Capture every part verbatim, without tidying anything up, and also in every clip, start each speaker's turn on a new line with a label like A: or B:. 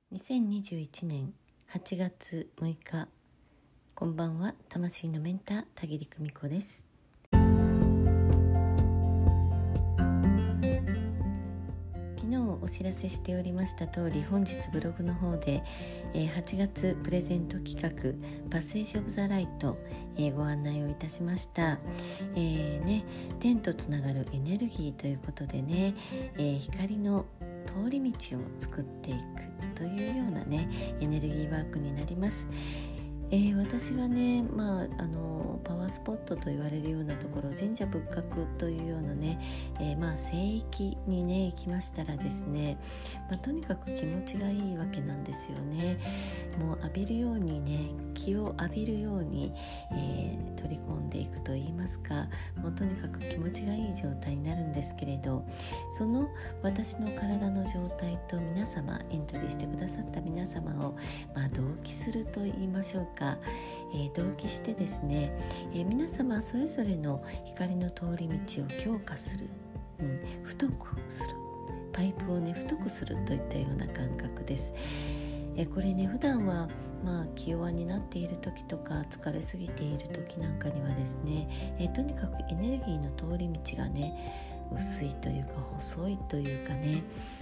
A: にせんにじゅういちねんはちがつむいか、こんばんは。魂のメンター田切久美子です。昨日お知らせしておりました通り、本日ブログの方で、えー、はちがつプレゼント企画パッセージオブザライト、えー、ご案内をいたしました。えーね、天とつながるエネルギーということでね、えー、光の通り道を作っていくというようなねエネルギーワークになります。えー、私がね、まあ、あのパワースポットと言われるようなところ、神社仏閣というようなね、えー、まあ聖域にね行きましたらですね、まあ、とにかく気持ちがいいわけなんですよね。もう浴びるようにね、気を浴びるように、えー、取り込んでいくといいますか、もうとにかく気持ちがいい状態になるんですけれど、その私の体の状態と皆様、エントリーしてくださった皆様を、まあ、同期すると言いましょうか、えー、同期してですね、えー、皆様それぞれの光の通り道を強化する、うん、太くする、パイプをね太くするといったような感覚です。えー、これね、普段はまあ気弱になっている時とか疲れすぎている時なんかにはですね、えー、とにかくエネルギーの通り道がね薄いというか細いというかね、うん、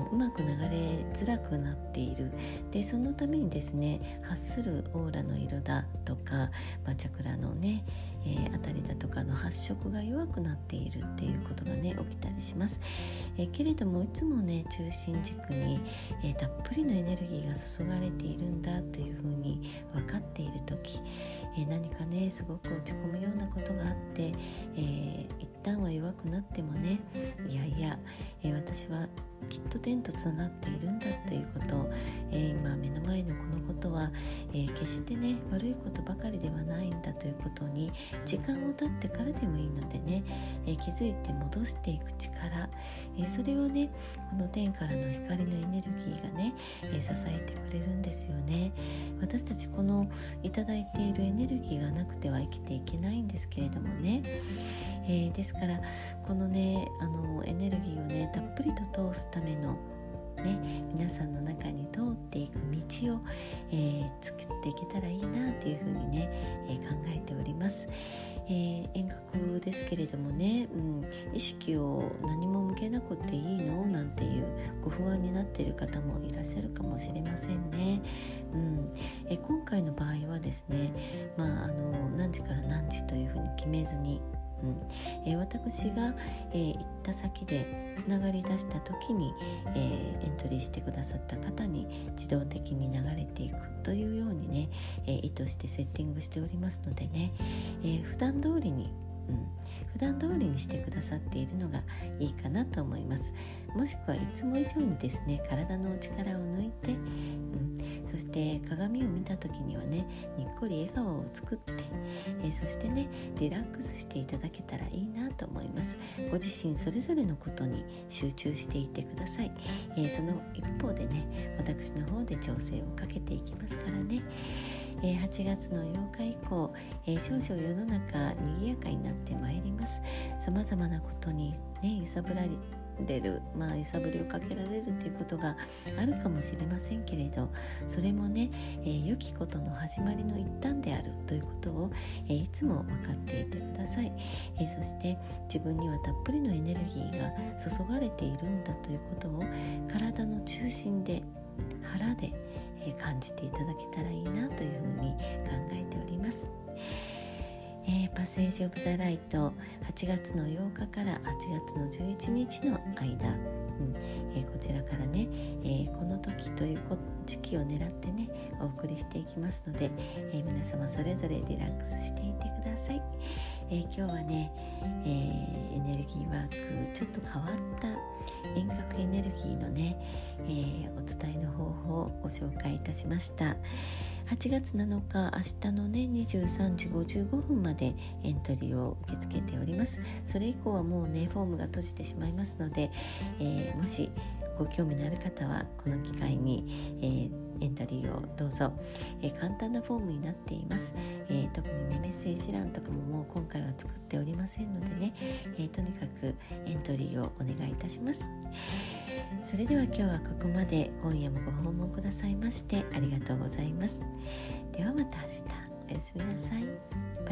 A: うまく流れづらくなっている。でそのためにですね、発するオーラの色だとか、まあ、チャクラのね、えー、あたりだとかの発色が弱くなっているっていうことがね起きたりします。えー、けれどもいつもね中心軸に、えー、たっぷりのエネルギーが注がれているんだというふうに分かっている時、えー、何かねすごく落ち込むようなことがあって、えー、一旦は弱くなってもね、いやいや、えー、私はきっと天とつながっているんだということ、えー、今目の前のこのことは、えー、決してね悪いことばかりではないんだということに時間を経ってからでもいいのでね、えー、気づいて戻していく力、えー、それをねこの天からの光のエネルギーがね、えー、支えてくれるんですよね。私たちこのいただいているエネルギーがなくては生きていけないんですけれどもね、えー、ですからこのねあのエネルギーをねたっぷりと通すためのね、皆さんの中に通っていく道を、えー、作っていけたらいいなというふうにね、えー、考えております。えー、遠隔ですけれどもね、うん、意識を何も向けなくていいのなんていうご不安になっている方もいらっしゃるかもしれませんね。うん、えー、今回の場合はですね、まあ、あの何時から何時というふうに決めずに、うんえー、私が、えー、行った先でつながり出した時に、えー、エントリーしてくださった方に自動的に流れていくというようにね、えー、意図してセッティングしておりますのでね、えー、普段通りにうん、普段通りにしてくださっているのがいいかなと思います。もしくはいつも以上にですね体の力を抜いて、うん、そして鏡を見た時にはねにっこり笑顔を作って、えー、そしてねリラックスしていただけたらいいなと思います。ご自身それぞれのことに集中していてください。えー、その一方でね私の方で調整をかけていきますからね。えー、はちがつのようか以降、えー、少々世の中にぎやかになってまいります。さまざまなことにね揺さぶられる、まあ、揺さぶりをかけられるということがあるかもしれませんけれど、それもね、えー、良きことの始まりの一端であるということを、えー、いつも分かっていてください。えー、そして自分にはたっぷりのエネルギーが注がれているんだということを体の中心で腹で感じていただけたらいいなというふうに考えております。えー、パッセージオブザライトはちがつのようかからはちがつのじゅういちにちの間、うんえー、こちらからね、えー、この時という時期を狙ってねお送りしていきますので、えー、皆様それぞれリラックスしていてください。えー、今日はね、えー、エネルギーワークちょっと変わった遠隔エネルギーのね、えー、お伝えの方法をご紹介いたしました。はちがつなのか明日のねにじゅうさんじごじゅうごふんまでエントリーを受け付けております。それ以降はもうねフォームが閉じてしまいますので、えー、もしご興味のある方はこの機会に、えーエントリーをどうぞ、えー、簡単なフォームになっています、えー、特にねメッセージ欄とかももう今回は作っておりませんのでね、えー、とにかくエントリーをお願いいたします。それでは今日はここまで。今夜もご訪問くださいましてありがとうございます。ではまた明日、おやすみなさい。